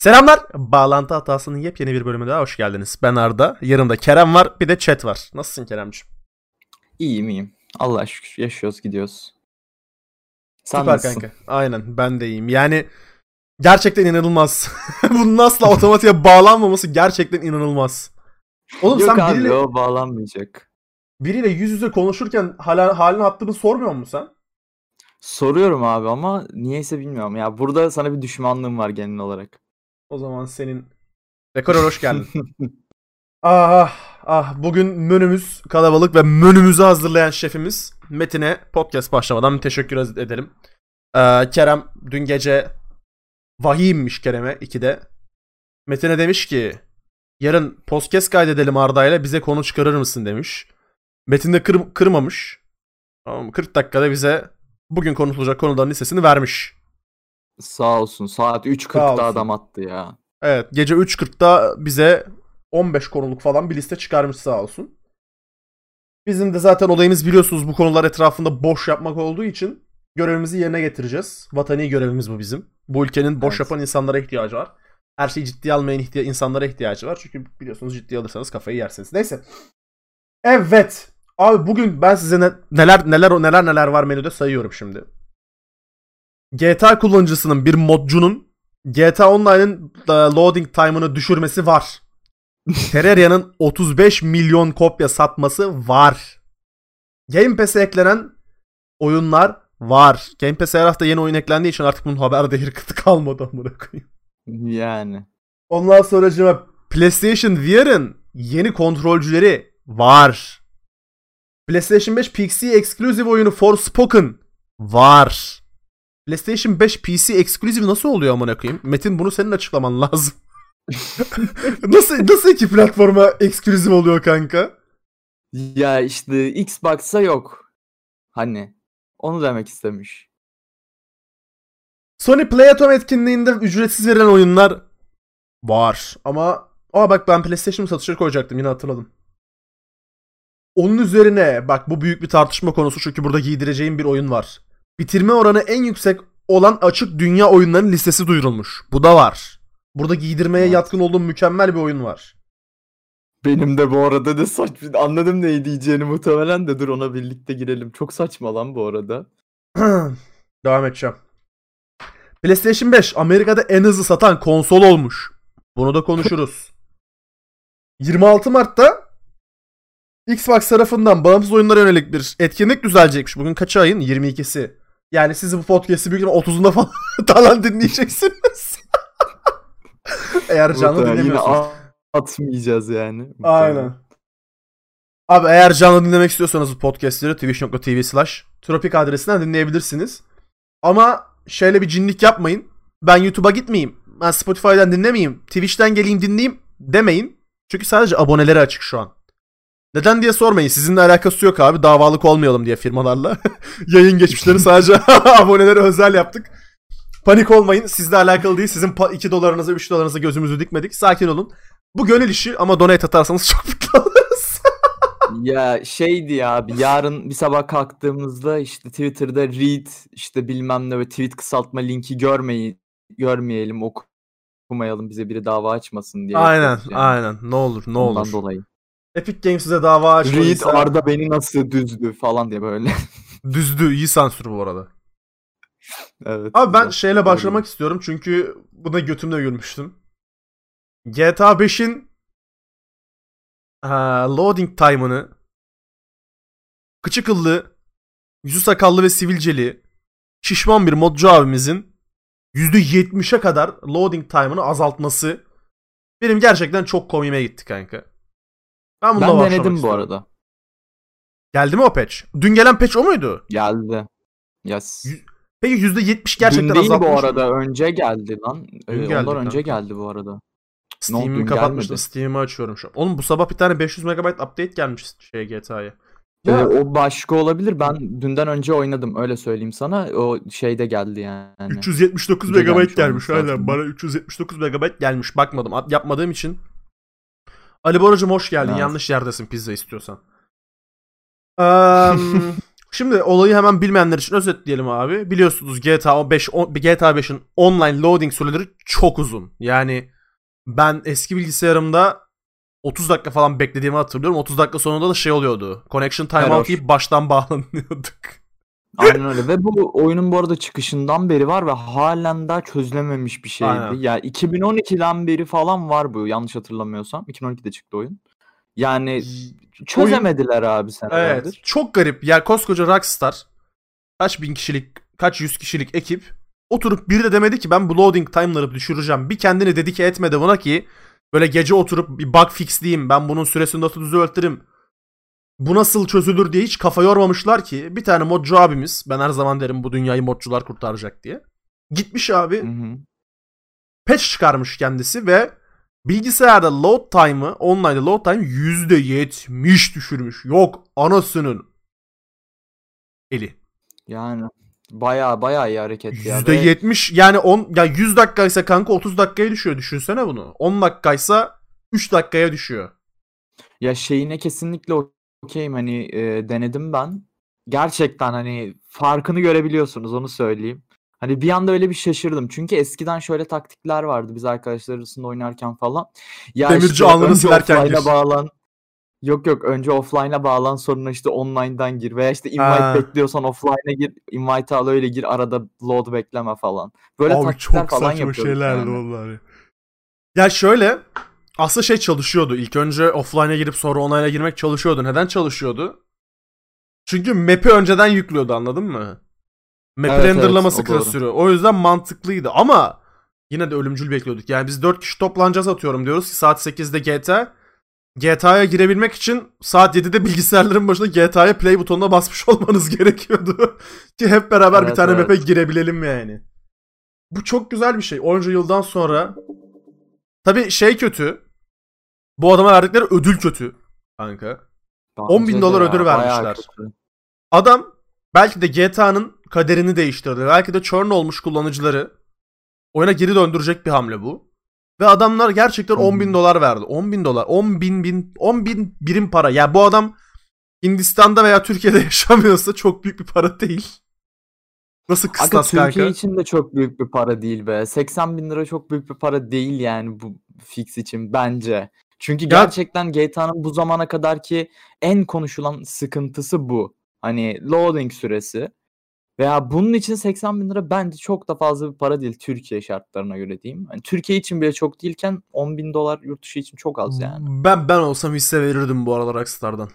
Selamlar. Bağlantı hatasının yepyeni bir bölümüne daha hoş geldiniz. Ben Arda. Yanımda Kerem var. Bir de chat var. Nasılsın Keremciğim? İyiyim. Allah'a şükür. Yaşıyoruz, gidiyoruz. Sen Süper nasılsın? kanka. Aynen ben de iyiyim. Yani gerçekten inanılmaz. Bunun asla otomatiğe bağlanmaması gerçekten inanılmaz. Oğlum Yok sen abi, o bağlanmayacak. biriyle yüz yüze konuşurken halini hattını sormuyor musun sen? Soruyorum abi ama niyeyse bilmiyorum. Ya burada sana bir düşmanlığım var genel olarak. O zaman senin rekora hoş geldin. Bugün menümüz kalabalık ve menümüzü hazırlayan şefimiz Metin'e podcast başlamadan teşekkür edelim. Kerem dün gece vahiy inmiş Kerem'e 2'de. Metin'e demiş ki yarın podcast kaydedelim Arda'yla, bize konu çıkarır mısın demiş. Metin de kırmamış. 40 dakikada bize bugün konuşulacak konuların listesini vermiş. Sağ olsun. Saat Sağ 3.40'da olsun. adam attı ya. Evet, gece 3.40'da bize 15 konuluk falan bir liste çıkarmış sağ olsun. Bizim de zaten olayımız biliyorsunuz bu konular etrafında boş yapmak olduğu için görevimizi yerine getireceğiz. Vatani görevimiz bu bizim. Bu ülkenin boş yapan insanlara ihtiyacı var. Her şeyi ciddiye almayan insanlara ihtiyacı var. Çünkü biliyorsunuz ciddiye alırsanız kafayı yersiniz. Neyse. Evet. Abi bugün ben size neler var menüde sayıyorum şimdi. GTA kullanıcısının bir modcunun GTA Online'ın loading time'ını düşürmesi var. Terraria'nın 35 milyon kopya satması var. Game Pass'e eklenen oyunlar var. Game Pass'e her hafta yeni oyun eklendiği için artık bunun haber değeri kıtı kalmadı amına koyayım. Yani. Ondan sonracığıma PlayStation VR'ın yeni kontrolcüleri var. PlayStation 5 PC Exclusive oyunu Forspoken var. PlayStation 5 PC Exclusive nasıl oluyor amına koyayım? Metin, bunu senin açıklaman lazım. nasıl iki platforma exclusive oluyor kanka? Ya işte Xbox'a yok. Hani. Onu demek istemiş. Sony Play at Home etkinliğinde ücretsiz verilen oyunlar var. Ama bak ben PlayStation satışları koyacaktım, yine hatırladım. Onun üzerine bak, bu büyük bir tartışma konusu çünkü burada giydireceğim bir oyun var. Bitirme oranı en yüksek olan açık dünya oyunlarının listesi duyurulmuş. Bu da var. Burada giydirmeye yatkın olduğum mükemmel bir oyun var. Benim de bu arada da saçma. Anladım ne diyeceğini muhtemelen de, dur ona birlikte girelim. Çok saçma lan bu arada. Devam edeceğim. PlayStation 5 Amerika'da en hızlı satan konsol olmuş. Bunu da konuşuruz. 26 Mart'ta Xbox tarafından bağımsız oyunlara yönelik bir etkinlik düzenlenecekmiş. Bugün kaç ayın? 22'si. Yani siz bu podcast'i büyük ihtimalle 30'unda falan dinleyeceksiniz. Eğer canlı dinlemiyorsunuz. Yine atmayacağız yani. Aynen. Abi eğer canlı dinlemek istiyorsanız bu podcast'leri twitch.tv/tropik adresinden dinleyebilirsiniz. Ama şöyle bir cinlik yapmayın. Ben YouTube'a gitmeyeyim, ben Spotify'dan dinlemeyeyim, Twitch'ten geleyim dinleyeyim demeyin. Çünkü sadece aboneleri açık şu an. Neden diye sormayın. Sizinle alakası yok abi. Davalık olmayalım diye firmalarla. Yayın geçmişleri sadece abonelere özel yaptık. Panik olmayın. Sizle alakalı değil. Sizin $2'ınıza, $3'ınıza gözümüzü dikmedik. Sakin olun. Bu gönül işi ama donate atarsanız çok mutlu oluruz. Ya şeydi ya, yarın bir sabah kalktığımızda işte Twitter'da read işte bilmem ne ve tweet kısaltma linki görmeyelim, okumayalım, bize biri dava açmasın diye. Aynen yani. aynen, ne olur. Ondan dolayı. Epic Games size dava açmadıysa. Read Arda beni nasıl düzdü falan diye böyle. Düzdü, iyi sansür bu arada. Evet. Abi ben şeyle başlamak istiyorum çünkü buna götümle gülmüştüm. GTA 5'in loading time'ını kıçı kıllı, yüzü sakallı ve sivilceli şişman bir modcu abimizin %70'e kadar loading time'ını azaltması benim gerçekten çok komiğime gitti kanka. Ben denedim bu arada. Geldi mi o patch? Dün gelen patch o muydu? Geldi. Yes. Peki %70 gerçekten dün değil azaltmış bu mı? arada, önce geldi lan. Ondan önce kanka. geldi bu arada. Steam'imi kapatmıştım. Steam'imi açıyorum şu an. Oğlum bu sabah bir tane 500 MB update gelmiş GTA'ya. O başka olabilir. Ben dünden önce oynadım, öyle söyleyeyim sana. O şeyde geldi yani. 379 MB gelmiş hala. Bana 379 MB gelmiş. Bakmadım. Yapmadığım için. Ali Boracığım hoş geldin. Evet. Yanlış yerdesin pizza istiyorsan. Şimdi olayı hemen bilmeyenler için özetleyelim abi. Biliyorsunuz GTA 5'in online loading süreleri çok uzun. Yani ben eski bilgisayarımda 30 dakika falan beklediğimi hatırlıyorum. 30 dakika sonunda da şey oluyordu. Connection timeout deyip baştan bağlanıyorduk. Aynen öyle ve bu oyunun bu arada çıkışından beri var ve halen daha çözülememiş bir şeydi. Aynen. Yani 2012'den beri falan var bu, yanlış hatırlamıyorsam. 2012'de çıktı oyun. Yani çözemediler abi Evet. senelerdir. Çok garip. Yani koskoca Rockstar kaç bin kişilik, kaç yüz kişilik ekip oturup bir de demedi ki ben bu loading time'ları düşüreceğim. Bir kendini dedike etmedi buna ki böyle gece oturup bir bug fixleyeyim. Ben bunun süresini nasıl düzeltirim. Bu nasıl çözülür diye hiç kafa yormamışlar ki. Bir tane modcu abimiz, ben her zaman derim bu dünyayı modcular kurtaracak diye. Gitmiş abi. Hı hı. Patch çıkarmış kendisi ve bilgisayarda load time'ı, online'da load time %70 düşürmüş. Yok anasının eli. Yani bayağı iyi hareket ya. %70 yani 10 ya 100 dakikaysa kanka 30 dakikaya düşüyor, düşünsene bunu. 10 dakikaysa 3 dakikaya düşüyor. Ya şeyine kesinlikle okeyim, hani denedim ben. Gerçekten hani farkını görebiliyorsunuz, onu söyleyeyim. Hani bir anda öyle bir şaşırdım. Çünkü eskiden şöyle taktikler vardı biz arkadaşlar arasında oynarken falan. Ya Demirci işte alnını önce silerken offline'a gir. bağlan. Yok önce offline'a bağlan, sonra işte online'dan gir. Veya işte invite Ha. bekliyorsan offline'a gir. Invite al öyle gir, arada load bekleme falan. Böyle Abi taktikler çok falan saçma yapıyorduk şeylerdi yani. onlar. Ya şöyle aslında şey çalışıyordu. İlk önce offline'a girip sonra online'a girmek çalışıyordu. Neden çalışıyordu? Çünkü map'i önceden yüklüyordu, anladın mı? Map'i Evet renderlaması o kısa doğru. sürüyor. O yüzden mantıklıydı ama yine de ölümcül bekliyorduk. Yani biz 4 kişi toplanacağız atıyorum diyoruz ki saat 8'de GTA'ya girebilmek için saat 7'de bilgisayarların başında GTA'ya play butonuna basmış olmanız gerekiyordu. Ki hep beraber bir tane map'e girebilelim yani. Bu çok güzel bir şey. 10. yıldan sonra tabii şey kötü. Bu adama verdikleri ödül kötü kanka. 10 bin Bence de dolar ödül ya, bayağı vermişler. kötü. Adam belki de GTA'nın kaderini değiştirdi. Belki de churn olmuş kullanıcıları oyuna geri döndürecek bir hamle bu. Ve adamlar gerçekten 10 bin dolar verdi. 10 bin dolar. 10 bin birim para. Yani bu adam Hindistan'da veya Türkiye'de yaşamıyorsa çok büyük bir para değil. Nasıl Aga kıstas kanka? Türkiye için de çok büyük bir para değil be. 80 bin lira çok büyük bir para değil yani bu fix için bence. Çünkü Ya gerçekten GTA'nın bu zamana kadarki en konuşulan sıkıntısı bu. Hani loading süresi. Veya bunun için 80 bin lira bence çok da fazla bir para değil Türkiye şartlarına göre diyeyim. Yani Türkiye için bile çok değilken 10 bin dolar yurt dışı için çok az yani. ben olsam hisse verirdim bu aralar Rockstar'dan.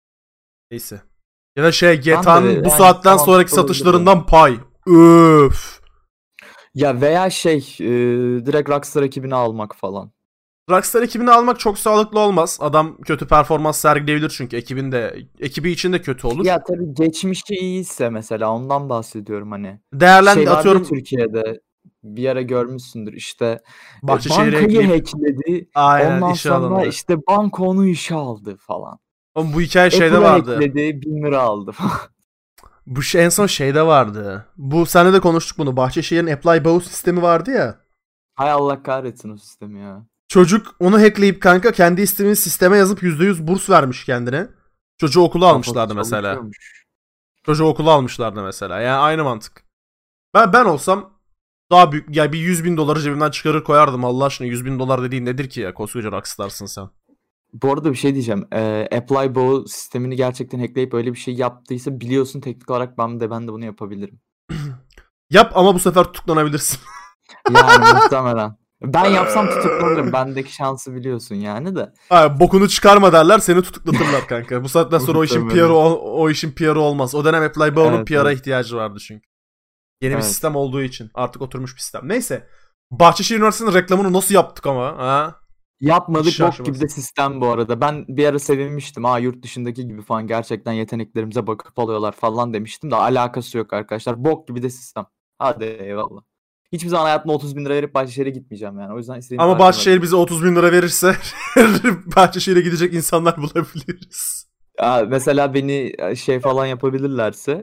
Neyse. Ya da şey Ben de GTA'nın bu yani saatten sonraki mantıklı olabilirdi. satışlarından pay. Öf. Ya veya direkt Rockstar ekibini almak falan. Rockstar ekibini almak çok sağlıklı olmaz. Adam kötü performans sergileyebilir çünkü ekibi için de kötü olur. Ya tabii geçmişi iyiyse mesela ondan bahsediyorum hani. Değerlendi Şey vardı ya atıyorum Türkiye'de bir ara görmüşsündür işte Bahçeşehir'e bankayı ekleyip hackledi, aynen ondan işe sonra alındı. işte banka onu işe aldı falan. Ama bu hikaye şeyde Apple'a vardı. hackledi 1000 lira aldı falan. Bu şey en son şeyde vardı. Bu seninle de konuştuk bunu. Bahçeşehir'in Apply Bow sistemi vardı ya. Hay Allah kahretsin o sistemi ya. Çocuk onu hackleyip kanka kendi ismini sisteme yazıp %100 burs vermiş kendine. Çocuğu okula Kafası almışlardı mesela. çalışıyormuş. Çocuğu okula almışlardı mesela. Yani aynı mantık. Ben olsam daha büyük yani bir 100 bin doları cebimden çıkarır koyardım. Allah aşkına 100 bin dolar dediğin nedir ki ya? Koskoca Rockstar'sın sen. Bu arada bir şey diyeceğim. Apply Bow sistemini gerçekten hackleyip öyle bir şey yaptıysa biliyorsun teknik olarak ben de bunu yapabilirim. Yap ama bu sefer tutuklanabilirsin. Yani muhtemelen. Ben yapsam tutuklanırım. Bendeki şansı biliyorsun yani de. Ha, bokunu çıkarma derler, seni tutuklatırlar kanka. Bu saatten sonra Muhtemelen. o işin PR'ı olmaz. O dönem Apply Bow'un Evet, PR'a evet. ihtiyacı vardı çünkü. Yeni bir Evet. sistem olduğu için. Artık oturmuş bir sistem. Neyse. Bahçeşehir Üniversitesi'nin reklamını nasıl yaptık ama? Ha? Yapmadık Hiç bok gibi şaşırmaz. de sistem bu arada. Ben bir ara sevinmiştim. Yurt dışındaki gibi falan gerçekten yeteneklerimize bakıp alıyorlar falan demiştim de alakası yok arkadaşlar. Bok gibi de sistem. Hadi eyvallah. Hiçbir zaman hayatımda 30 bin lira verip Bahçeşehir'e gitmeyeceğim yani. O yüzden istediğim Ama parayı Bahçeşehir bize 30 bin lira verirse Bahçeşehir'e gidecek insanlar bulabiliriz. mesela beni falan yapabilirlerse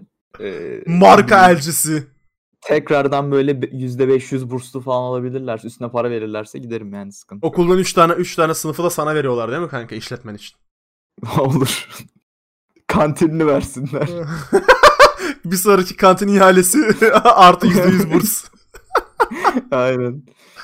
Marka elçisi. tekrardan böyle %500 burslu falan alabilirlerse, üstüne para verirlerse giderim yani, sıkıntı yok. Okuldan 3 tane sınıfı da sana veriyorlar değil mi kanka işletmen için? Olur. Kantinini versinler. Bir sonraki kantin ihalesi artı %100 burs. Aynen.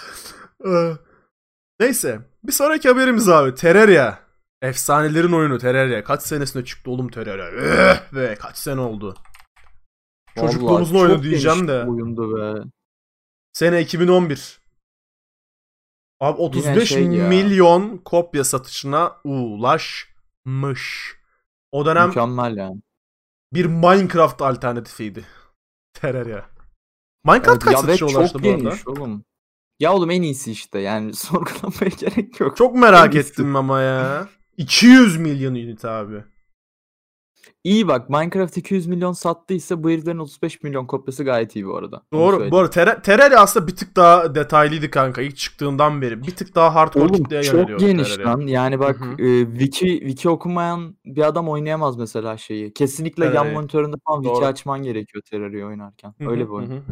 Neyse. Bir sonraki haberimiz abi. Terraria. Efsanelerin oyunu Terraria. Kaç senesinde çıktı oğlum Terraria? Be kaç sene oldu. Çocukluğumuzun Vallahi oyunu çok diyeceğim geniş de. bir oyundu be. Sene 2011. Abi 35 şey ya. milyon kopya satışına ulaşmış. O dönem Mükemmel yani. bir Minecraft alternatifiydi. Terraria. Minecraft kaç Ya ve satışa ulaştı çok bu arada? geniş oğlum. Ya oğlum en iyisi işte yani sorgulamaya gerek yok. Çok merak En iyisi. ettim ama ya. 200 milyon unit abi. İyi bak Minecraft 200 milyon sattıysa bu heriflerin 35 milyon kopyası gayet iyi bu arada. Doğru. Bu arada Terraria aslında bir tık daha detaylıydı kanka ilk çıktığından beri. Bir tık daha hardcore Oğlum kitleye çok yöneliyordu geniş Terraria. lan. Yani bak Hı hı. wiki okumayan bir adam oynayamaz mesela şeyi. Kesinlikle yan Terraria'yı. monitöründe falan wiki Doğru. açman gerekiyor Terraria oynarken. Öyle bir oyun.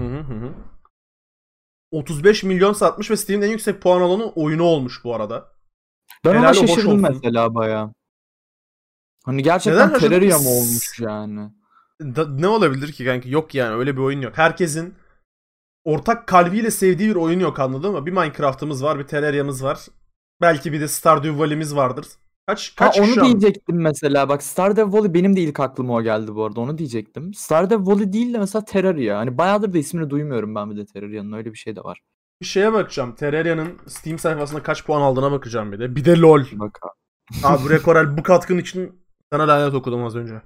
35 milyon satmış ve Steam'in en yüksek puan alanı oyunu olmuş bu arada. Ben ona Helali hoş şaşırdım olsun. mesela baya. Hani gerçekten Neden şaşırdın? Terraria mı olmuş yani? Ne olabilir ki kanka? Yok yani öyle bir oyun yok. Herkesin ortak kalbiyle sevdiği bir oyun yok, anladın mı? Bir Minecraft'ımız var, bir Terraria'mız var. Belki bir de Stardew Valley'miz vardır. Kaç Onu kişi an- diyecektim mesela. Bak Stardew Valley benim de ilk aklıma o geldi bu arada. Onu diyecektim. Stardew Valley değil de mesela Terraria. Hani bayağıdır da ismini duymuyorum ben bir de Terraria'nın. Öyle bir şey de var. Bir şeye bakacağım. Terraria'nın Steam sayfasında kaç puan aldığına bakacağım bir de. Bir de LoL. Bak abi. Abi Rekorel bu katkın için sana lanet okudum az önce.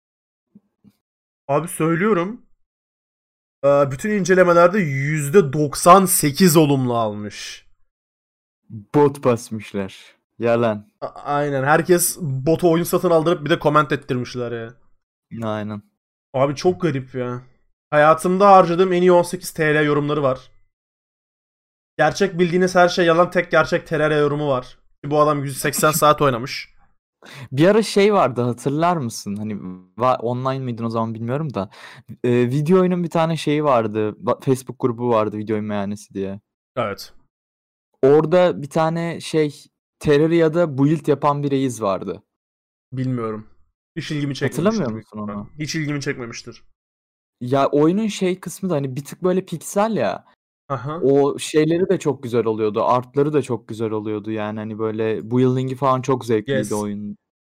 Abi söylüyorum. Bütün incelemelerde %98 olumlu almış. Bot basmışlar. Yalan. Aynen. Herkes botu oyun satın aldırıp bir de comment ettirmişler ya. Aynen. Abi çok garip ya. Hayatımda harcadığım en iyi 18 TL yorumları var. Gerçek bildiğiniz her şey yalan, tek gerçek Terraria yorumu var. Bu adam 180 saat oynamış. Bir ara şey vardı hatırlar mısın? Hani online mıydın o zaman bilmiyorum da. Video oyunun bir tane şeyi vardı. Facebook grubu vardı video oyun meyhanesi diye. Evet. Orada bir tane Terraria'da build yapan bir reis vardı. Bilmiyorum. Hiç ilgimi çekmemiştir. Hatırlamıyor musun onu? Hiç ilgimi çekmemiştir. Ya oyunun kısmı da hani bir tık böyle piksel ya. Aha. O şeyleri de çok güzel oluyordu. Artları da çok güzel oluyordu yani hani böyle building'i falan çok zevkliydi Yes. oyunun.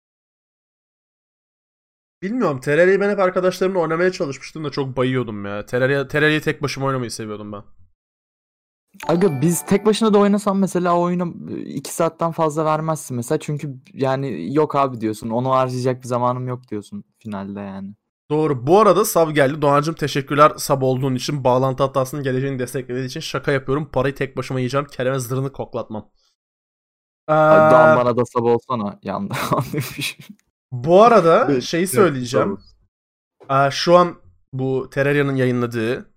Bilmiyorum. Terraria'yı ben hep arkadaşlarımla oynamaya çalışmıştım da çok bayıyordum ya. Terraria'yı tek başıma oynamayı seviyordum ben. Aga biz tek başına da oynasan mesela oyunu 2 saatten fazla vermezsin mesela çünkü yani yok abi diyorsun onu harcayacak bir zamanım yok diyorsun finalde yani. Doğru. Bu arada sub geldi. Doğancığım teşekkürler sub olduğun için. Bağlantı hatasının geleceğini desteklediği için şaka yapıyorum. Parayı tek başıma yiyeceğim. Kerem'e zırhını koklatmam. Daha bana da sab olsana yandı. Bu arada Evet, şeyi söyleyeceğim. Şu an bu Terraria'nın yayınladığı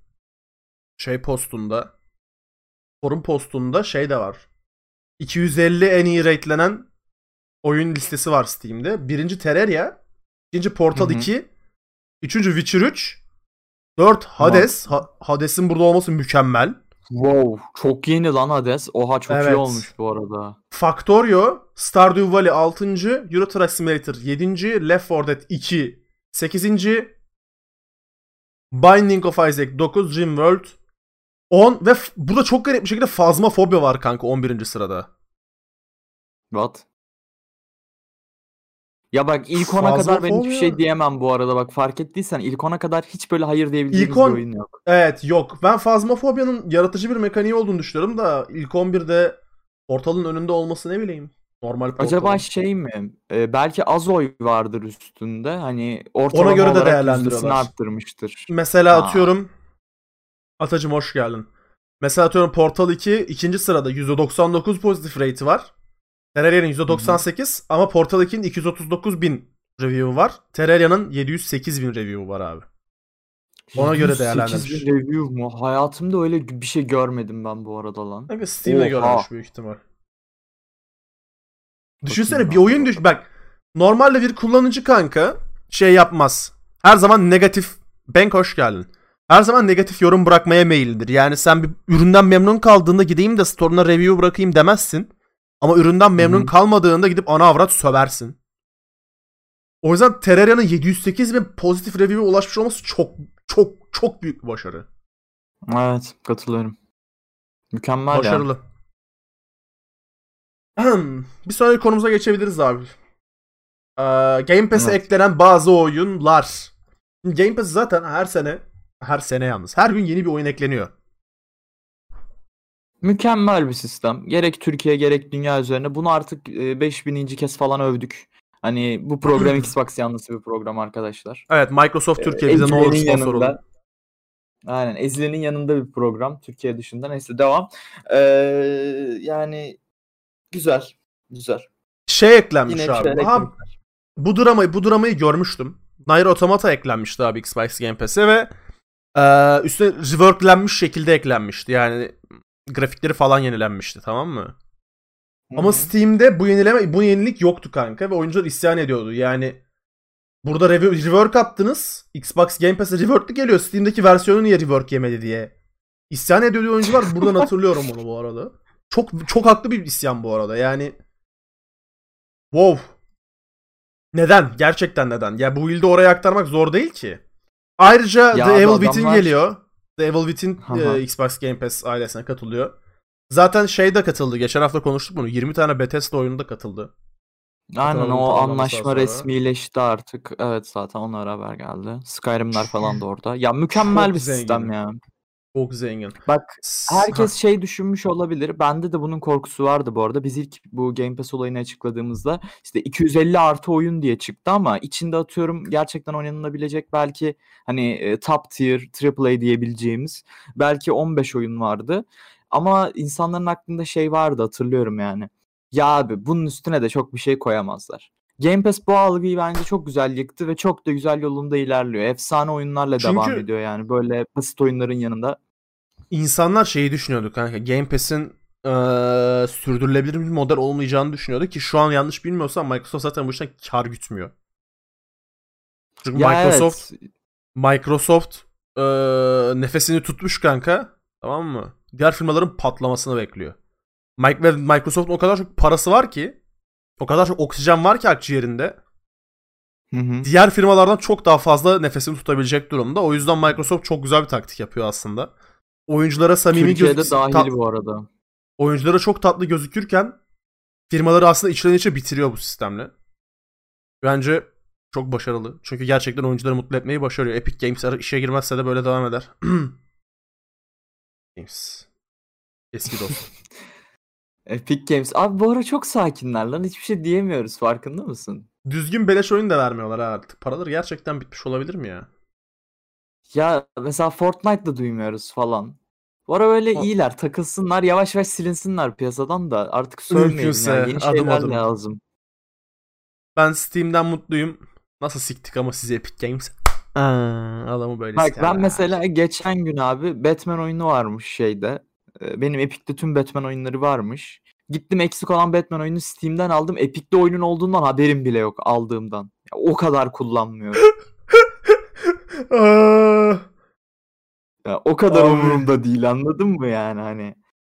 forum postunda şey de var. 250 en iyi ratelenen oyun listesi var Steam'de. Birinci Terraria, ikinci Portal 2, üçüncü Witcher 3, 4 Hades. Hades'in burada olması mükemmel. Wow, çok yeni lan Hades. Oha çok iyi Evet. olmuş bu arada. Factorio, Stardew Valley 6. Euro Truck Simulator 7. Left 4 Dead 2 8. Binding of Isaac 9, Rimworld 10 ve burada çok garip bir şekilde Phasmophobia var kanka 11. sırada. What? Ya bak ilk 10'a kadar ben hiçbir Phasmophobia? şey diyemem bu arada. Bak fark ettiysen ilk 10'a kadar hiç böyle hayır diyebileceğimiz İlk bir 10 oyun yok. evet yok. Ben Phasmophobia'nın yaratıcı bir mekaniği olduğunu düşünüyorum da ilk 11'de Portal'ın önünde olması ne bileyim. Normal Portal. Acaba şey mi? Belki az oy vardır üstünde. Hani ortalama Ona göre de olarak değerlendiriyorlar. yüzdesini arttırmıştır. Mesela Ha. atıyorum Atacım hoş geldin. Mesela atıyorum Portal 2 ikinci sırada %99 pozitif rate'i var. Terraria'nın %98 ama Portal 2'nin 239.000 review'u var. Terraria'nın 708.000 review'u var abi. Ona göre değerlendirmiş. 108.000 review mu? Hayatımda öyle bir şey görmedim ben bu arada lan. Kanka Steam'de Oha. görmüş büyük ihtimal. Düşünsene Bakayım bir ben oyun de. bak normalde bir kullanıcı kanka şey yapmaz. Her zaman negatif Bank hoş geldin. Her zaman negatif yorum bırakmaya meyillidir. Yani sen bir üründen memnun kaldığında gideyim de store'una review bırakayım demezsin. Ama üründen memnun kalmadığında gidip ana avrat söversin. O yüzden Terraria'nın 708 bin pozitif review'e ulaşmış olması çok çok çok büyük bir başarı. Evet, katılıyorum. Mükemmel ya. Başarılı. Bir sonraki konumuza geçebiliriz abi. Game Pass'e Evet. eklenen bazı oyunlar. Game Pass zaten her sene yalnız. Her gün yeni bir oyun ekleniyor. Mükemmel bir sistem. Gerek Türkiye gerek dünya üzerine. Bunu artık 5000. kez falan övdük. Hani bu program Xbox yanlısı bir program arkadaşlar. Evet, Microsoft Türkiye bize ne olur Ezile'nin sponsor olun. yanında. Aynen. Ezile'nin yanında bir program. Türkiye dışında. Neyse devam. Yani güzel. Güzel. Şey eklenmiş Yine bir abi. şeyler eklemişler. Bu dramayı görmüştüm. Nier Automata eklenmişti abi Xbox Game Pass'e ve üstüne reworklenmiş şekilde eklenmişti. Yani grafikleri falan yenilenmişti, tamam mı? Ama Hı-hı. Steam'de bu yenilik yoktu kanka ve oyuncular isyan ediyordu. Yani burada rework attınız. Xbox Game Pass'e rework'lı geliyor. Steam'deki versiyonu niye rework yemedi diye isyan ediyordu oyuncular. Buradan hatırlıyorum onu bu arada. Çok çok haklı bir isyan bu arada. Yani wow. Neden? Gerçekten neden? Ya bu build'i oraya aktarmak zor değil ki. Ayrıca Ya The abi Evil Within adamlar... geliyor. The Evil Within Aha. Xbox Game Pass ailesine katılıyor. Zaten şey de katıldı. Geçen hafta konuştuk bunu. 20 tane Bethesda oyunu da katıldı. Aynen o anlaşma sonra. resmileşti artık. Evet zaten onlara haber geldi. Skyrim'ler falan da orada. Ya mükemmel Çok bir sistem zengin. ya. Çok zengin. Bak herkes şey düşünmüş olabilir. Bende de bunun korkusu vardı bu arada. Biz ilk bu Game Pass olayını açıkladığımızda işte 250 artı oyun diye çıktı ama içinde atıyorum gerçekten oynanılabilecek belki hani top tier, AAA diyebileceğimiz belki 15 oyun vardı. Ama insanların aklında şey vardı hatırlıyorum yani. Ya abi bunun üstüne de çok bir şey koyamazlar. Game Pass bu algıyı bence çok güzel yıktı ve çok da güzel yolunda ilerliyor. Efsane oyunlarla devam Çünkü ediyor yani böyle basit oyunların yanında. insanlar şeyi düşünüyordu kanka. Game Pass'in sürdürülebilir bir model olmayacağını düşünüyordu ki şu an yanlış bilmiyorsam Microsoft zaten bu işten kar gütmüyor. Çünkü Ya evet. Microsoft nefesini tutmuş kanka. Tamam mı? Diğer firmaların patlamasını bekliyor. Microsoft'un o kadar çok parası var ki, o kadar çok oksijen var ki akciğerinde. Hı hı. Diğer firmalardan çok daha fazla nefesini tutabilecek durumda. O yüzden Microsoft çok güzel bir taktik yapıyor aslında. Oyunculara samimi Türkiye'de dahil bu arada. oyunculara çok tatlı gözükürken firmaları aslında içten içe bitiriyor bu sistemle. Bence çok başarılı. Çünkü gerçekten oyuncuları mutlu etmeyi başarıyor. Epic Games işe girmezse de böyle devam eder. Games. Eski dost. Epic Games. Abi bu ara çok sakinler lan. Hiçbir şey diyemiyoruz. Farkında mısın? Düzgün beleş oyun da vermiyorlar ha artık. Paraları gerçekten bitmiş olabilir mi ya? Ya mesela Fortnite'da duymuyoruz falan. Bu ara öyle iyiler. Takılsınlar. Yavaş yavaş silinsinler piyasadan da. Artık sövmeyelim ya. Mümkünse Yeni adım şeyler adım. lazım. Ben Steam'den mutluyum. Nasıl siktik ama sizi Epic Games. Adamı böyle Bak ben sikerler. mesela geçen gün abi Batman oyunu varmış şeyde. Benim Epic'te tüm Batman oyunları varmış. Gittim eksik olan Batman oyunu Steam'den aldım. Epic'te oyunun olduğundan haberim bile yok aldığımdan. Ya, o kadar kullanmıyorum. Ya, o kadar Abi. umurumda değil anladın mı yani hani.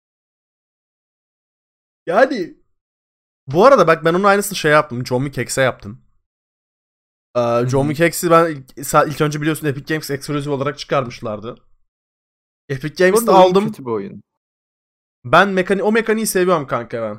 Yani bu arada bak ben onun aynısını şey yaptım. John Wick X'e yaptım. John Wick X'i ben ilk önce biliyorsun Epic Games Exclusive olarak çıkarmışlardı. Epic Games'te Burada oyun aldım. kötü bir oyun. Ben o mekaniği seviyorum kanka ben.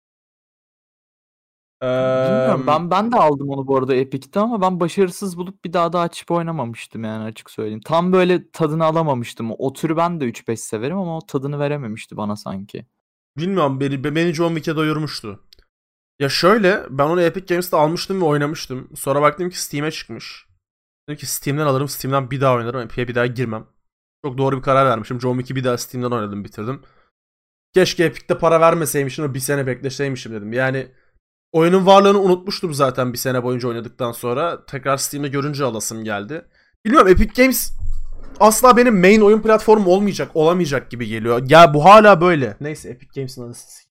Bilmiyorum ben de aldım onu bu arada Epic'te ama ben başarısız bulup bir daha da açıp oynamamıştım yani açık söyleyeyim. Tam böyle tadını alamamıştım. O türü ben de 3-5 severim ama o tadını verememişti bana sanki. Bilmiyorum beni John Wick'e doyurmuştu. Ya şöyle ben onu Epic Games'te almıştım ve oynamıştım. Sonra baktım ki Steam'e çıkmış. Dedim ki Steam'den alırım, Steam'den bir daha oynarım. Epic'e bir daha girmem. Çok doğru bir karar vermişim. John Wick'i bir daha Steam'den oynadım, bitirdim. Keşke Epic'te para vermeseymişim ve bir sene bekleseymişim dedim. Yani oyunun varlığını unutmuştum zaten bir sene boyunca oynadıktan sonra. Tekrar Steam'de görünce alasım geldi. Bilmiyorum, Epic Games asla benim main oyun platformum olamayacak gibi geliyor. Ya bu hala böyle. Neyse, Epic Games'in anasını.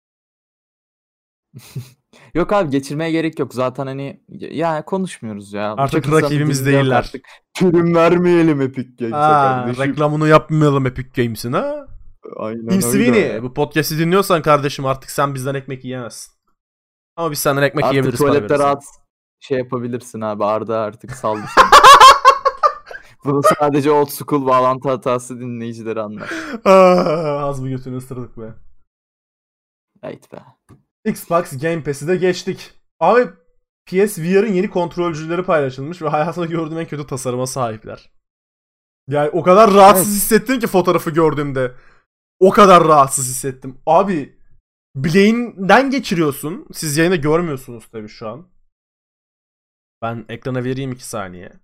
Yok abi geçirmeye gerek yok. Zaten hani ya konuşmuyoruz ya. Artık Çok insanın rakibimiz dilinde yok değiller. artık. Prim vermeyelim Epic Games'e kardeşim. Reklamını yapmayalım Epic Games'in ha. Aynen Tim Sweeney, öyle. bu podcast'i dinliyorsan kardeşim artık sen bizden ekmek yiyemezsin. Ama biz senden ekmek Artık yiyebiliriz para tuvalette verirsen. rahat şey yapabilirsin abi. Arda artık saldı seni. Bunu sadece old school bağlantı hatası dinleyicileri anlar. Az mı götünü ısırdık be. Evet be. Xbox Game Pass'i de geçtik. Abi PSVR'ın yeni kontrolcüleri paylaşılmış ve hayatımda gördüğüm en kötü tasarıma sahipler. Yani o kadar rahatsız hissettim ki fotoğrafı gördüğümde. O kadar rahatsız hissettim. Abi bileğinden geçiriyorsun. Siz yayında görmüyorsunuz tabii şu an. Ben ekrana vereyim 2 saniye.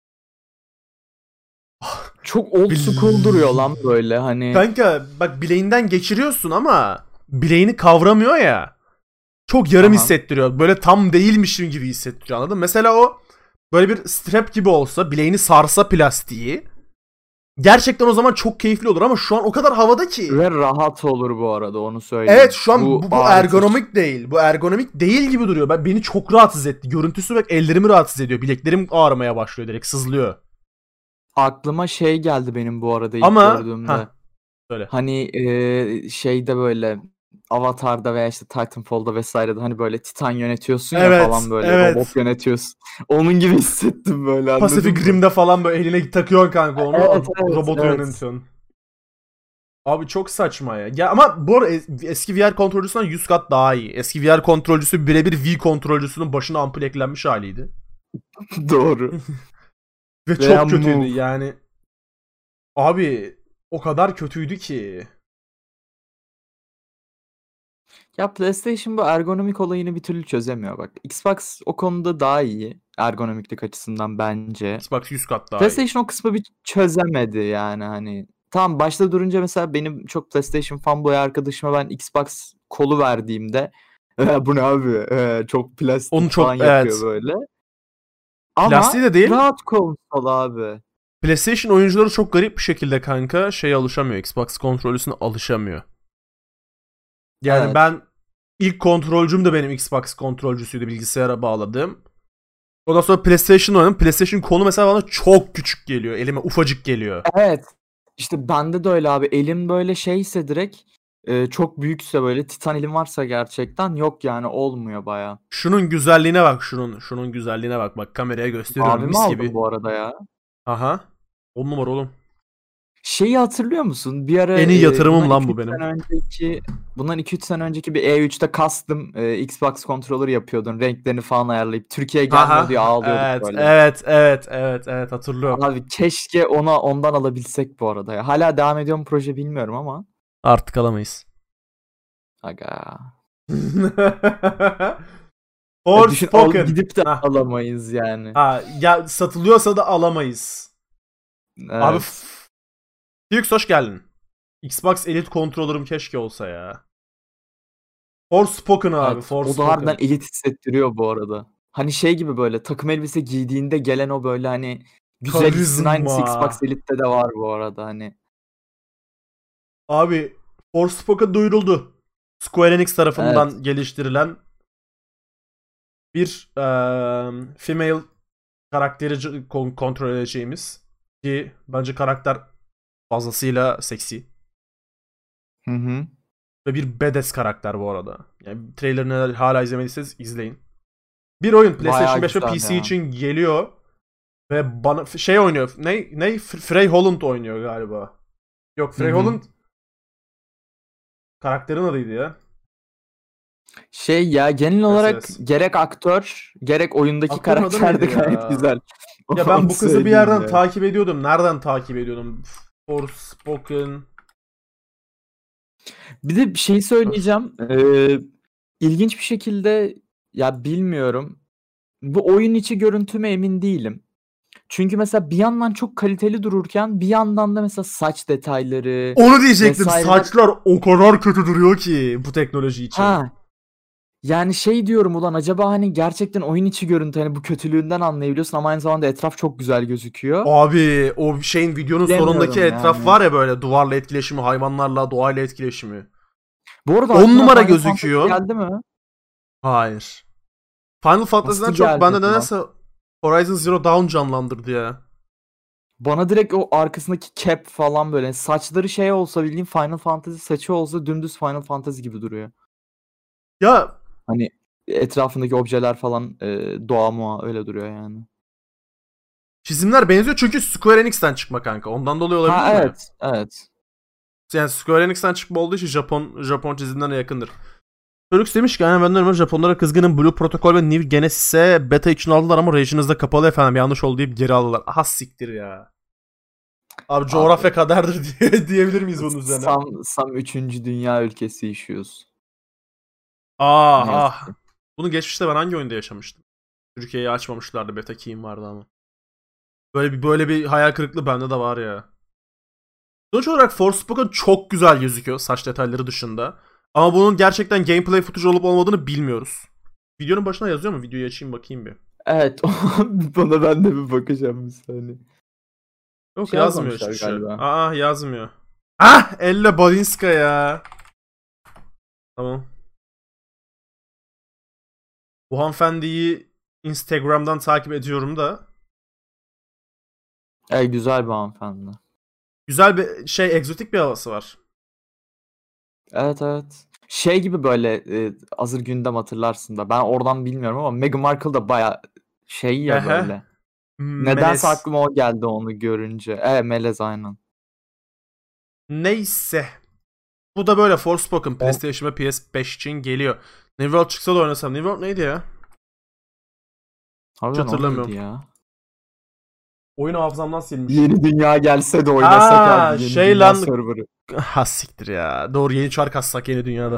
Çok old school duruyor lan böyle hani. Kanka bak bileğinden geçiriyorsun ama bileğini kavramıyor ya. Çok yarım hissettiriyor. Böyle tam değilmişim gibi hissettiriyor, anladın mı? Mesela o böyle bir strap gibi olsa, bileğini sarsa plastiği, gerçekten o zaman çok keyifli olur ama şu an o kadar havada ki. Ve rahat olur bu arada, onu söyleyeyim. Evet, şu an bu ergonomik değil. Bu ergonomik değil gibi duruyor. Beni çok rahatsız etti. Görüntüsü bak, ellerimi rahatsız ediyor. Bileklerim ağrımaya başlıyor, direkt sızlıyor. Aklıma şey geldi benim bu arada ilk Ama gördüğümde. Söyle. Hani şeyde böyle Avatar'da veya işte Titanfall'da vesairede hani böyle Titan yönetiyorsun ya falan, böyle robot yönetiyorsun. Onun gibi hissettim böyle. Pacific Rim'de falan böyle eline takıyorsun kanka onu. Evet, robotu yönetiyorsun. Abi çok saçma ya. Ya ama bu arada eski VR kontrolcüsünden 100 kat daha iyi. Eski VR kontrolcüsü birebir V kontrolcüsünün başına ampul eklenmiş haliydi. Doğru. Ve çok kötüydü yani. Abi o kadar kötüydü ki. Ya PlayStation bu ergonomik olayını bir türlü çözemiyor bak. Xbox o konuda daha iyi ergonomiklik açısından bence. Xbox 100 kat daha PlayStation iyi. o kısmı bir çözemedi yani hani. Tamam, başta durunca mesela benim çok PlayStation fanboy arkadaşıma ben Xbox kolu verdiğimde bu ne abi, çok plastik onu çok, falan yapıyor böyle. Ama plastiği de değil. rahat konsol abi. PlayStation oyuncuları çok garip bir şekilde kanka şeye alışamıyor. Xbox kontrolüsüne alışamıyor. Yani ben ilk kontrolcüm de benim Xbox kontrolcüsüydü, bilgisayara bağladığım. Ondan sonra PlayStation oynadım. PlayStation kolu mesela bana çok küçük geliyor. Elime ufacık geliyor. Evet. İşte bende de öyle abi. Elim böyle şeyse direkt çok büyükse, böyle titan elim varsa gerçekten yok yani, olmuyor baya. Şunun güzelliğine bak, şunun güzelliğine bak. Bak kameraya gösteriyorum. Abimi Mis aldım gibi. bu arada ya. Aha. 10 numara oğlum. Şeyi hatırlıyor musun? Bir ara en iyi yatırımım lan bu benim. Bundan 2-3 sene önceki bir E3'te custom Xbox controller yapıyordun. Renklerini falan ayarlayıp Türkiye'ye gelmiyor diye ağlıyorduk böyle. Evet hatırlıyorum. Abi keşke ondan alabilsek bu arada ya. Hala devam ediyor mu proje bilmiyorum ama. Artık alamayız. Aga. Forspoken. Gidip de alamayız yani. Ya satılıyorsa da alamayız. Evet. Abi Hughes hoş geldin. Xbox Elite kontrolörüm keşke olsa ya. Forspoken abi. Evet, Forspoken. o da harbiden elit hissettiriyor bu arada. Hani şey gibi, böyle takım elbise giydiğinde gelen o böyle hani güzel hissin aynısı Xbox Elite'de de var bu arada hani. Abi Forspoken duyuruldu. Square Enix tarafından geliştirilen bir female karakteri kontrol edeceğimiz, ki bence karakter fazlasıyla seksi. Hı. Ve bir badass karakter bu arada. Yani trailerını hala izlemediyseniz izleyin. Bir oyun PlayStation 5 ve PC için geliyor. Ve bana şey oynuyor. Ne? Frey Holland oynuyor galiba. Yok, Frey Holland karakterin adıydı ya. Şey ya genel olarak gerek aktör gerek oyundaki karakter de gayet güzel. Ya ben bu kızı bir yerden takip ediyordum. Nereden takip ediyordum? Forspoken. Bir de bir şey söyleyeceğim. İlginç bir şekilde ya bilmiyorum. Bu oyun içi görüntüme emin değilim. Çünkü mesela bir yandan çok kaliteli dururken bir yandan da mesela saç detayları. Onu diyecektim. Saçlar o kadar kötü duruyor ki bu teknoloji için. Yani şey diyorum, ulan acaba hani gerçekten oyun içi görüntü hani bu kötülüğünden anlayabiliyorsun ama aynı zamanda etraf çok güzel gözüküyor. Abi o şeyin, videonun sonundaki etraf var ya, böyle duvarla etkileşimi, hayvanlarla, doğayla etkileşimi. Bu arada 10 numara gözüküyor. Geldi mi? Hayır. Final Fantasy'den çok bende nedense Horizon Zero Dawn canlandırdı ya. Bana direkt o arkasındaki cap falan, böyle saçları şey olsa, bildiğin Final Fantasy saçı olsa dümdüz Final Fantasy gibi duruyor. Ya hani Etrafındaki objeler falan doğa muğa öyle duruyor yani. Çizimler benziyor çünkü Square Enix'ten çıkma kanka. Ondan dolayı olabilir Ha, mi? evet, evet. Yani Square Enix'ten çıkma olduğu için Japon çizimlerine yakındır. Çocuk demiş ki ben de normal Japonlara kızgınım. Blue Protocol ve New Genesis'e beta için aldılar ama region'ınızda kapalı efendim. Yanlış oldu deyip geri aldılar. Aha siktir ya. Abi Abi, coğrafya kaderdir diyebilir miyiz bunun üzerine? Sam 3. dünya ülkesi işiyoruz. Ah Ne yazık ah. ki. Bunu geçmişte ben hangi oyunda yaşamıştım? Türkiye'yi açmamışlardı. Beta key'im vardı ama. Böyle bir hayal kırıklığı bende de var ya. Sonuç olarak Forspoken çok güzel gözüküyor saç detayları dışında. Ama bunun gerçekten gameplay footage olup olmadığını bilmiyoruz. Videonun başına yazıyor mu? Videoyu açayım bakayım bir. Evet. Bana ben de bir bakacağım bir saniye. Yok Şey yazmıyor yazmamışlar hiçbir şey. galiba. Aa yazmıyor. Ah Elle Balinska ya. Tamam. Bu hanımefendiyi Instagram'dan takip ediyorum da. Güzel bir hanımefendi. Güzel bir egzotik bir havası var. Evet, evet. Şey gibi böyle hazır gündem hatırlarsın da. Ben oradan bilmiyorum ama Meghan Markle da baya şey ya Ehe. böyle. Nedense Melez. aklıma o geldi onu görünce. Evet, melez aynen. Neyse. Bu da böyle Forspoken O, PlayStation ve PS5 için geliyor. New World çıksa da oynasam. New World neydi ya? Hiç harbiden o neydi hatırlamıyorum. ya? Oyunu hafızamdan silmişim. Yeni Dünya gelse de oynasak Ha abi. Yeni Dünya lan. serverı. Ha siktir ya. Doğru yeni çark assak yeni dünyada.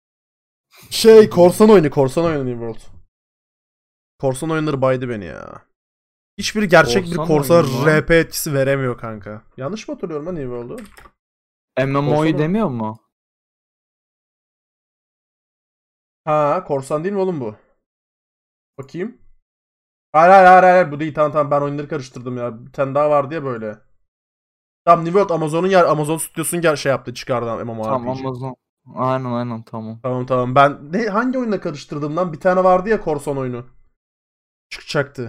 Korsan oyunu New World. Korsan oyunları baydı beni ya. Hiçbiri gerçek bir Korsan korsan oyunu mu? RP etkisi veremiyor kanka. Yanlış mı hatırlıyorum ben New World'u? MMO'yu Korsan o. demiyor mu? Ha korsan değil mi oğlum bu? Bakayım. Hayır, bu değil, tamam ben oyunları karıştırdım ya. Bir tane daha vardı ya böyle. Tamam New World Amazon stüdyosunun yaptı çıkardı Tamam, MMORPG. Amazon. Aynen tamam. Tamam ben hangi oyunla karıştırdım lan? Bir tane vardı ya korsan oyunu. Çıkacaktı.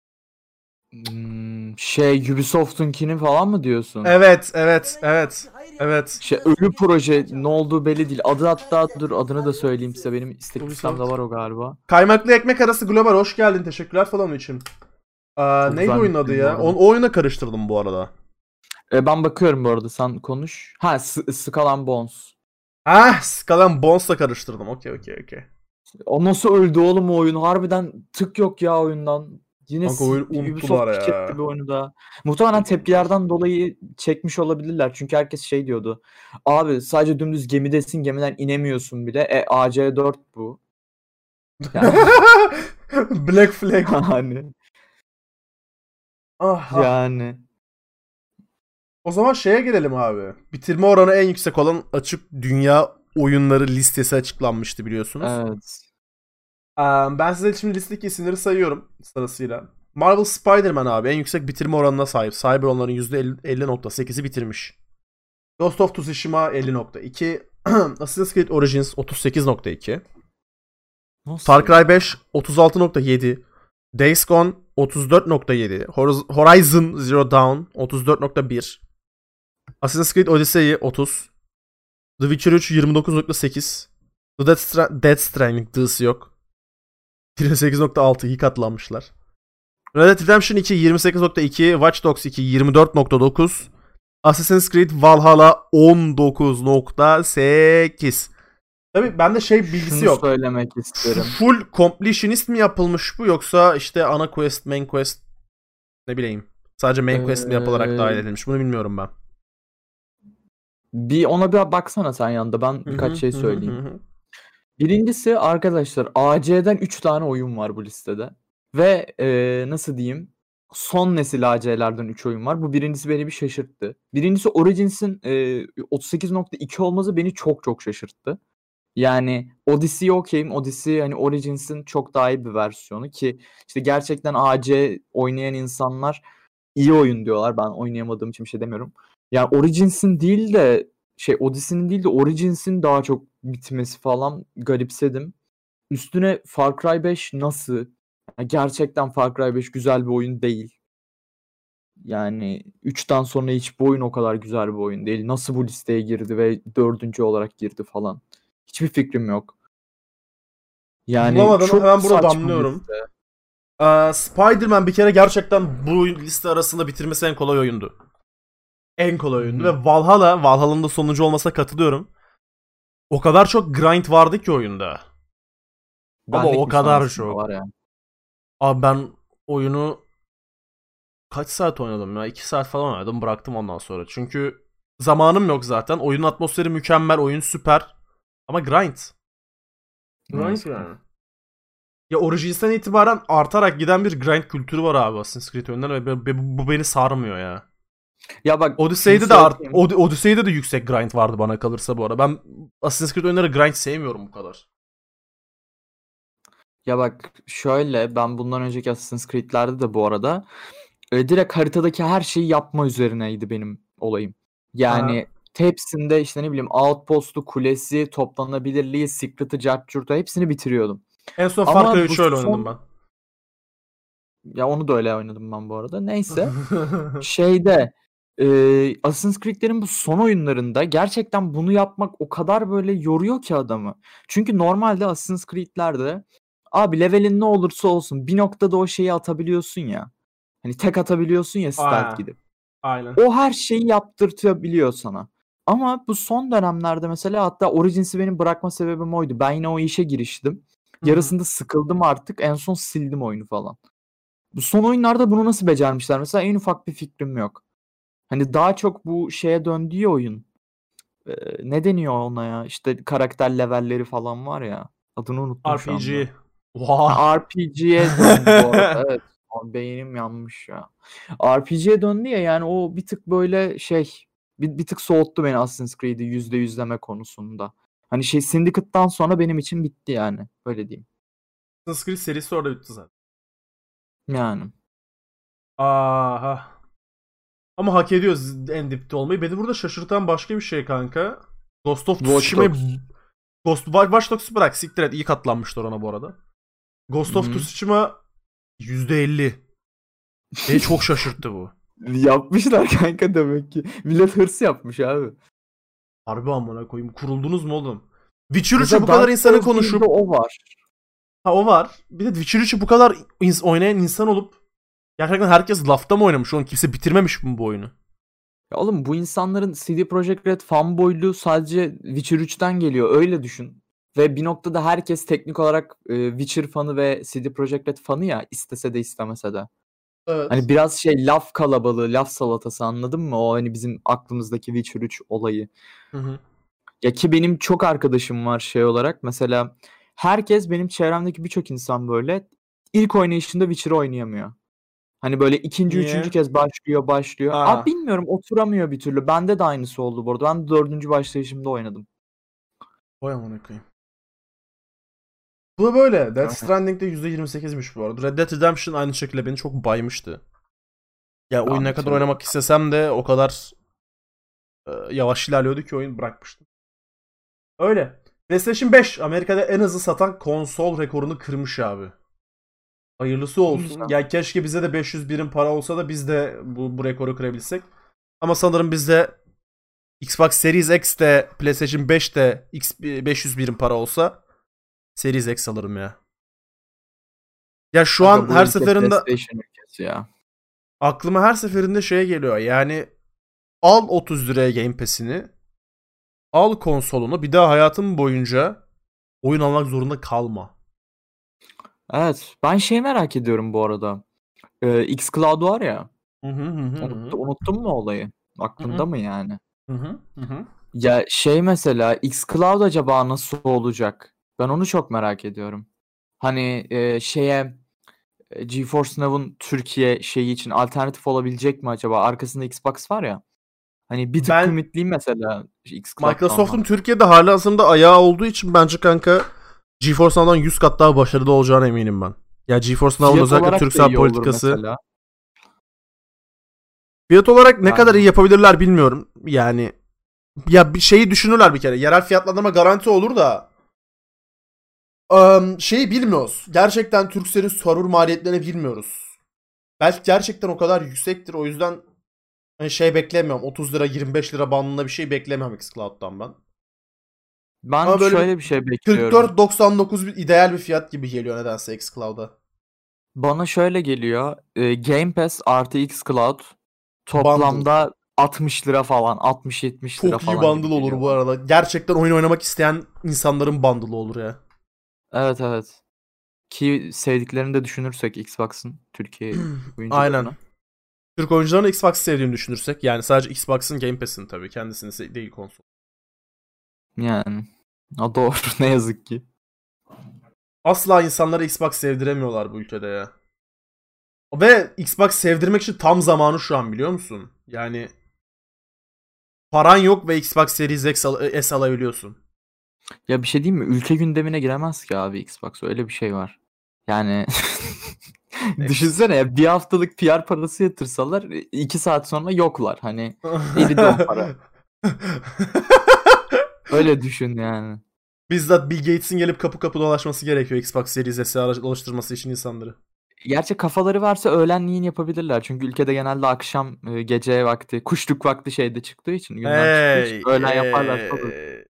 Ubisoft'unkini falan mı diyorsun? Evet. Ölü proje ne olduğu belli değil. Adı hatta dur adını da söyleyeyim size. Benim istek listemde Ubisoft. var o galiba. Kaymaklı ekmek arası global hoş geldin. Teşekkürler falan için. Çok Neydi güzel oyunun adı nickname bu ya? arada. O oyuna karıştırdım bu arada. Ben bakıyorum bu arada, sen konuş. Ha, Skull and Bones. Ah, Skull and Bones'la karıştırdım. Okey. O nasıl öldü oğlum o oyun? Harbiden tık yok ya oyundan. Yine Kanka oyunu Ubisoft unuttular piketti ya. bir oyunu da. Muhtemelen tepkilerden dolayı çekmiş olabilirler. Çünkü herkes şey diyordu. Abi sadece dümdüz gemidesin, gemiden inemiyorsun bile. AC4 bu. Yani Black Flag. hani Ah. yani O zaman şeye gelelim abi. Bitirme oranı en yüksek olan açık dünya oyunları listesi açıklanmıştı biliyorsunuz. evet. Ben size şimdi listedeki isimleri sayıyorum sırasıyla. Marvel Spider-Man abi en yüksek bitirme oranına sahip. Cyber onların %50.8'i bitirmiş. Ghost of Tsushima 50.2. Assassin's Creed Origins 38.2. Far Nasıl Cry ya? 5 36.7. Days Gone 34.7. Horizon Zero Dawn 34.1. Assassin's Creed Odyssey 30. The Witcher 3 29.8. The Death Stranding D'si yok. 28.6 iyi katlanmışlar. Red Dead Redemption 2 28.2. Watch Dogs 2 24.9. Assassin's Creed Valhalla 19.8. Tabii bende bilgisi Şunu yok. söylemek isterim. Full completionist mi yapılmış bu yoksa işte ana quest, main quest ne bileyim. Sadece main quest mi yapılarak dahil Ee, edilmiş bunu bilmiyorum ben. Bir ona bir baksana sen yanında. Ben birkaç şey söyleyeyim. Birincisi arkadaşlar, AC'den 3 tane oyun var bu listede. Ve nasıl diyeyim? Son nesil AC'lerden 3 oyun var. Bu birincisi beni bir şaşırttı. Birincisi Origins'in 38.2 olması beni çok çok şaşırttı. Yani Odyssey'ye okeyim. Odyssey hani Origins'in çok daha iyi bir versiyonu ki işte gerçekten AC oynayan insanlar iyi oyun diyorlar. Ben oynayamadığım için bir şey demiyorum. Yani Origins'in değil de Odyssey'nin değil de Origins'in daha çok bitmesi falan garipsedim. Üstüne Far Cry 5 nasıl? Gerçekten Far Cry 5 güzel bir oyun değil. Yani 3'ten sonra hiçbir oyun o kadar güzel bir oyun değil. Nasıl bu listeye girdi ve 4. olarak girdi falan. Hiçbir fikrim yok. Yani Bulamadım. çok Hemen burada saçma damlıyorum. liste. Spider-Man bir kere gerçekten bu liste arasında bitirmesi en kolay oyundu. En kolay oyundu. Ve Valhalla'nın da sonuncu olmasına katılıyorum. O kadar çok grind vardı ki oyunda. Ama Benlik o bir son kadar aslında var çok. ya. Abi ben oyunu kaç saat oynadım ya? 2 saat falan oynadım, bıraktım ondan sonra. Çünkü zamanım yok zaten. Oyunun atmosferi mükemmel, oyun süper. Ama grind. Ne Grind yazık ki. yani. Ya Origins'ten itibaren artarak giden bir grind kültürü var abi Assassin's Creed oyundan ve bu beni sarmıyor ya. Ya bak şunu Odyssey'de de söyleyeyim. Odyssey'de de yüksek grind vardı bana kalırsa bu arada. Ben Assassin's Creed oyunları grind sevmiyorum bu kadar. Ya bak şöyle, ben bundan önceki Assassin's Creed'lerde de bu arada direkt haritadaki her şeyi yapma üzerineydi benim olayım. Aha. Yani hepsinde işte ne bileyim outpost'u, kulesi, toplanabilirliği, secret'ı, cart curt'u hepsini bitiriyordum. En son Far Cry Ama bu 3'ü öyle oynadım son, ben. ya onu da öyle oynadım ben bu arada. Neyse. Şeyde Assassin's Creed'lerin bu son oyunlarında gerçekten bunu yapmak o kadar böyle yoruyor ki adamı. Çünkü normalde Assassin's Creed'lerde abi levelin ne olursa olsun bir noktada o şeyi atabiliyorsun ya. Hani tek atabiliyorsun ya stealth Aa, gidip. aynen. O her şeyi yaptırtabiliyor sana. Ama bu son dönemlerde mesela, hatta Origins'i benim bırakma sebebim oydu. Ben yine o işe giriştim. Hı hı. Yarısında sıkıldım artık. En son sildim oyunu falan. Bu son oyunlarda bunu nasıl becermişler? Mesela en ufak bir fikrim yok. Hani daha çok bu şeye döndü ya oyun. Ne deniyor ona ya? İşte karakter levelleri falan var ya. Adını unuttum şu anda. RPG. Oha. Ha, RPG'ye döndü bu arada. Evet. Abi beynim yanmış ya. RPG'ye döndü ya, yani o bir tık böyle şey, bir tık soğuttu beni Assassin's Creed'i %100'leme konusunda. Hani şey, Syndicate'dan sonra benim için bitti yani. Öyle diyeyim. Assassin's Creed serisi orada bitti zaten. Yani. Aha. Ama hak ediyoruz en dipte olmayı. Beni burada şaşırtan başka bir şey kanka. Ghost of Watch Tsushima'yı... Dogs. Watch Dogs'u bırak, siktir et, iyi katlanmışlar ona bu arada. Ghost of Hı-hı. Tsushima %50. Beni çok şaşırttı bu. Yapmışlar kanka demek ki. Millet hırs yapmış abi. Harbi amına koyayım. Kuruldunuz mu oğlum? Witcher 3'ü bu Mesela kadar Dark insanı Souls 1'de konuşup... o var. Ha, o var. Bir de Witcher 3'ü bu kadar oynayan insan olup gerçekten herkes lafta mı oynamış? Oğlum kimse bitirmemiş mi bu oyunu? Ya oğlum, bu insanların CD Projekt Red fanboyluğu sadece Witcher 3'ten geliyor. Öyle düşün. Ve bir noktada herkes teknik olarak Witcher fanı ve CD Projekt Red fanı ya, istese de istemese de. Hani Evet. biraz şey, laf kalabalığı, laf salatası, anladın mı? O hani bizim aklımızdaki Witcher 3 olayı. Hı hı. Ya ki benim çok arkadaşım var şey olarak. Mesela herkes, benim çevremdeki birçok insan böyle ilk oynayışında Witcher oynayamıyor. Hani böyle ikinci, üçüncü Niye? kez başlıyor. Abi Aa. bilmiyorum, oturamıyor bir türlü. Bende de aynısı oldu bu arada. Ben de dördüncü başlayışımda oynadım. Vay amına koyayım. Bu da böyle. Death Öyle. Stranding'de %28'miş bu arada. Red Dead Redemption aynı şekilde beni çok baymıştı. Ya oyun Ben ne kadar bitirdim. oynamak istesem de o kadar yavaş ilerliyordu ki oyun, bırakmıştım. Öyle. PlayStation 5 Amerika'da en hızlı satan konsol rekorunu kırmış abi. Hayırlısı olsun. Güzel. Ya keşke bize de 500 birim para olsa da biz de bu rekoru kırabilsek. Ama sanırım bizde Xbox Series X de PlayStation 5 de 500 birim para olsa Series X alırım ya. Ya şu Kanka an bu her ülke seferinde PlayStation ülkesi ya. aklıma her seferinde şeye geliyor. Yani al 30 liraya Game Pass'ini, al konsolunu, bir daha hayatın boyunca oyun almak zorunda kalma. Evet. Ben şey merak ediyorum bu arada. xCloud var ya. Hı hı hı hı. Unuttun mu olayı? Hı hı Aklında mı yani? hı hı hı hı. Ya şey, mesela xCloud acaba nasıl olacak? Ben onu çok merak ediyorum. Hani şeye, GeForce Now'ın Türkiye şeyi için alternatif olabilecek mi acaba? Arkasında Xbox var ya. Hani bir tık Ben ümitliyim mesela xCloud'dan Microsoft'un da. Türkiye'de halihazırda ayağı olduğu için bence kanka GeForce Now'dan 100 kat daha başarılı olacağına eminim ben. Ya GeForce Now'ın Fiyat özellikle olarak da Turkcell iyi olur politikası. mesela. Fiyat olarak ne kadar Yani iyi yapabilirler bilmiyorum. Yani ya bir şeyi düşünürler bir kere. Yerel fiyatlandırma garanti olur da şeyi bilmiyoruz. Gerçekten Turkcell'in server maliyetlerini bilmiyoruz. Belki gerçekten o kadar yüksektir. O yüzden hani şey beklemiyorum. 30 lira 25 lira bandında bir şey beklemiyorum xCloud'dan ben. Ben Ama böyle şöyle bir şey bekliyorum. 44.99 bir ideal bir fiyat gibi geliyor nedense xCloud'a. Bana şöyle geliyor. Game Pass artı xCloud Bundle. toplamda 60 lira falan, 60-70 lira Çok iyi falan gibi bundle olur geliyor bu bana. arada. Gerçekten oyun oynamak isteyen insanların bundle'ı olur ya. Evet, evet. Ki sevdiklerini de düşünürsek Xbox'ın Türkiye Aynen. oyuncularına. Türk oyuncuların Xbox sevdiğini düşünürsek yani sadece Xbox'ın Game Pass'ini tabii kendisini değil konsol. Yani o doğru ne yazık ki. Asla insanlara Xbox sevdiremiyorlar bu ülkede ya. Ve Xbox sevdirmek için tam zamanı şu an biliyor musun? Yani paran yok ve Xbox Series S alabiliyorsun. Ya bir şey diyeyim mi? Ülke gündemine giremez ki abi Xbox. Öyle bir şey var. Yani düşünsene ya, bir haftalık PR parası yatırsalar 2 saat sonra yoklar. Hani eridi o para. Öyle düşün yani. Bizzat Bill Gates'in gelip kapı kapı dolaşması gerekiyor Xbox Series S'i oluşturması için insanları. Gerçi kafaları varsa öğlenleyin yapabilirler. Çünkü ülkede genelde akşam, gece vakti, kuşluk vakti şeyde çıktığı için, gündem çıktığı için Hey, öğlen yaparlarsa olur.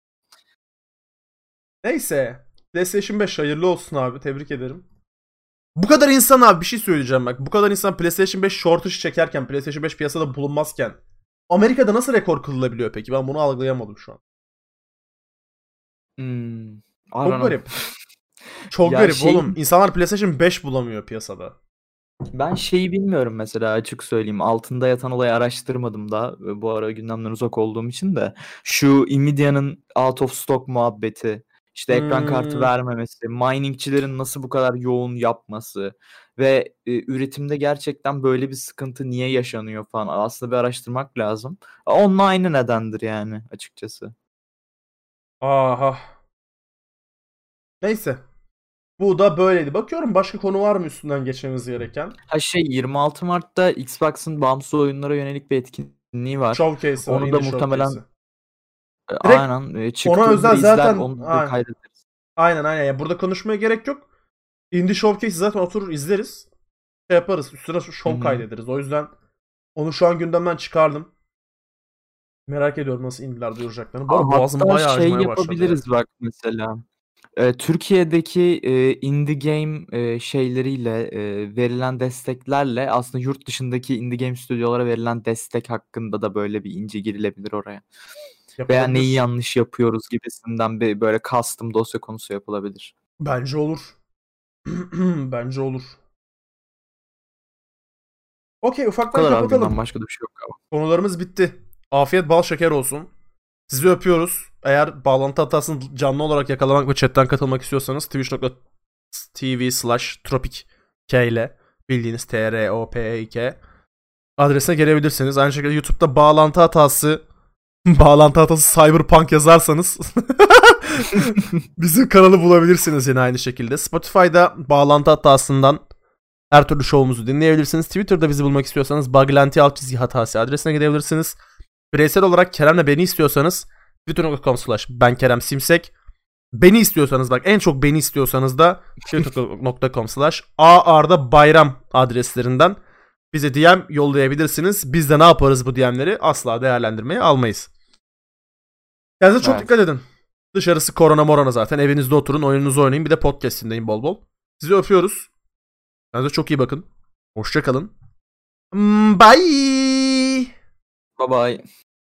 Neyse. PlayStation 5 hayırlı olsun abi. Tebrik ederim. Bu kadar insan abi bir şey söyleyeceğim bak. Bu kadar insan PlayStation 5 shortage çekerken, PlayStation 5 piyasada bulunmazken Amerika'da nasıl rekor kırılabiliyor peki? Ben bunu algılayamadım şu an. Hmm, I Çok don't know. garip. Çok Ya garip oğlum. İnsanlar PlayStation 5 bulamıyor piyasada. ben şeyi bilmiyorum mesela, açık söyleyeyim. Altında yatan olayı araştırmadım da bu ara gündemden uzak olduğum için de. Şu Nvidia'nın out of stock muhabbeti, işte ekran kartı Hmm. vermemesi, miningçilerin nasıl bu kadar yoğun yapması ve üretimde gerçekten böyle bir sıkıntı niye yaşanıyor falan. Aslında bir araştırmak lazım. Onunla aynı nedendir yani açıkçası. Aha. Neyse. Bu da böyleydi. Bakıyorum başka konu var mı üstünden geçmemiz gereken? Ha, 26 Mart'ta Xbox'ın bağımsız oyunlara yönelik bir etkinliği var. Showcase var. Onu da Indie muhtemelen Showcase'i. Direkt aynen ona çıktığında özel izler, zaten onu da kaydederiz. aynen. Yani burada konuşmaya gerek yok. Indie Showcase'i zaten oturur izleriz. Şey yaparız. Üstüne Hı show hı. kaydederiz. O yüzden onu şu an gündemden çıkardım. Merak ediyorum nasıl indiler duyuracaklarını. Bu arada boğazım Hatta bayağı şey acımaya başladı ya. yapabiliriz bak mesela. Türkiye'deki indie game şeyleriyle, verilen desteklerle aslında yurt dışındaki indie game stüdyolara verilen destek hakkında da böyle bir ince girilebilir oraya. Veya neyi Yapılabilir. yanlış yapıyoruz gibisinden bir böyle custom dosya konusu yapılabilir. Bence olur. Bence olur. Okey Bu ufaktan kadar abi, kapatalım. günden başka da bir şey yok galiba. Konularımız bitti. Afiyet bal şeker olsun. Sizi öpüyoruz. Eğer bağlantı hatasını canlı olarak yakalamak ve chatten katılmak istiyorsanız twitch.tv/tropik ile bildiğiniz TROPIK adresine gelebilirsiniz. Aynı şekilde YouTube'da bağlantı hatası Cyberpunk yazarsanız bizim kanalı bulabilirsiniz yine aynı şekilde. Spotify'da bağlantı hatasından her türlü şovumuzu dinleyebilirsiniz. Twitter'da bizi bulmak istiyorsanız Baglanti_hatası adresine gidebilirsiniz. Bireysel olarak Kerem'le beni istiyorsanız twitter.com/benkeremsimsek. Beni istiyorsanız bak en çok beni istiyorsanız da twitter.com/aardabayram adreslerinden bize DM yollayabilirsiniz. Biz de ne yaparız bu DM'leri? Asla değerlendirmeye almayız. Kendinize çok Evet. dikkat edin. Dışarısı korona morona zaten. Evinizde oturun, oyununuzu oynayın. Bir de podcast'indeyim bol bol. Sizi öpüyoruz. Kendinize çok iyi bakın. Hoşça kalın. Bye. Bye bye.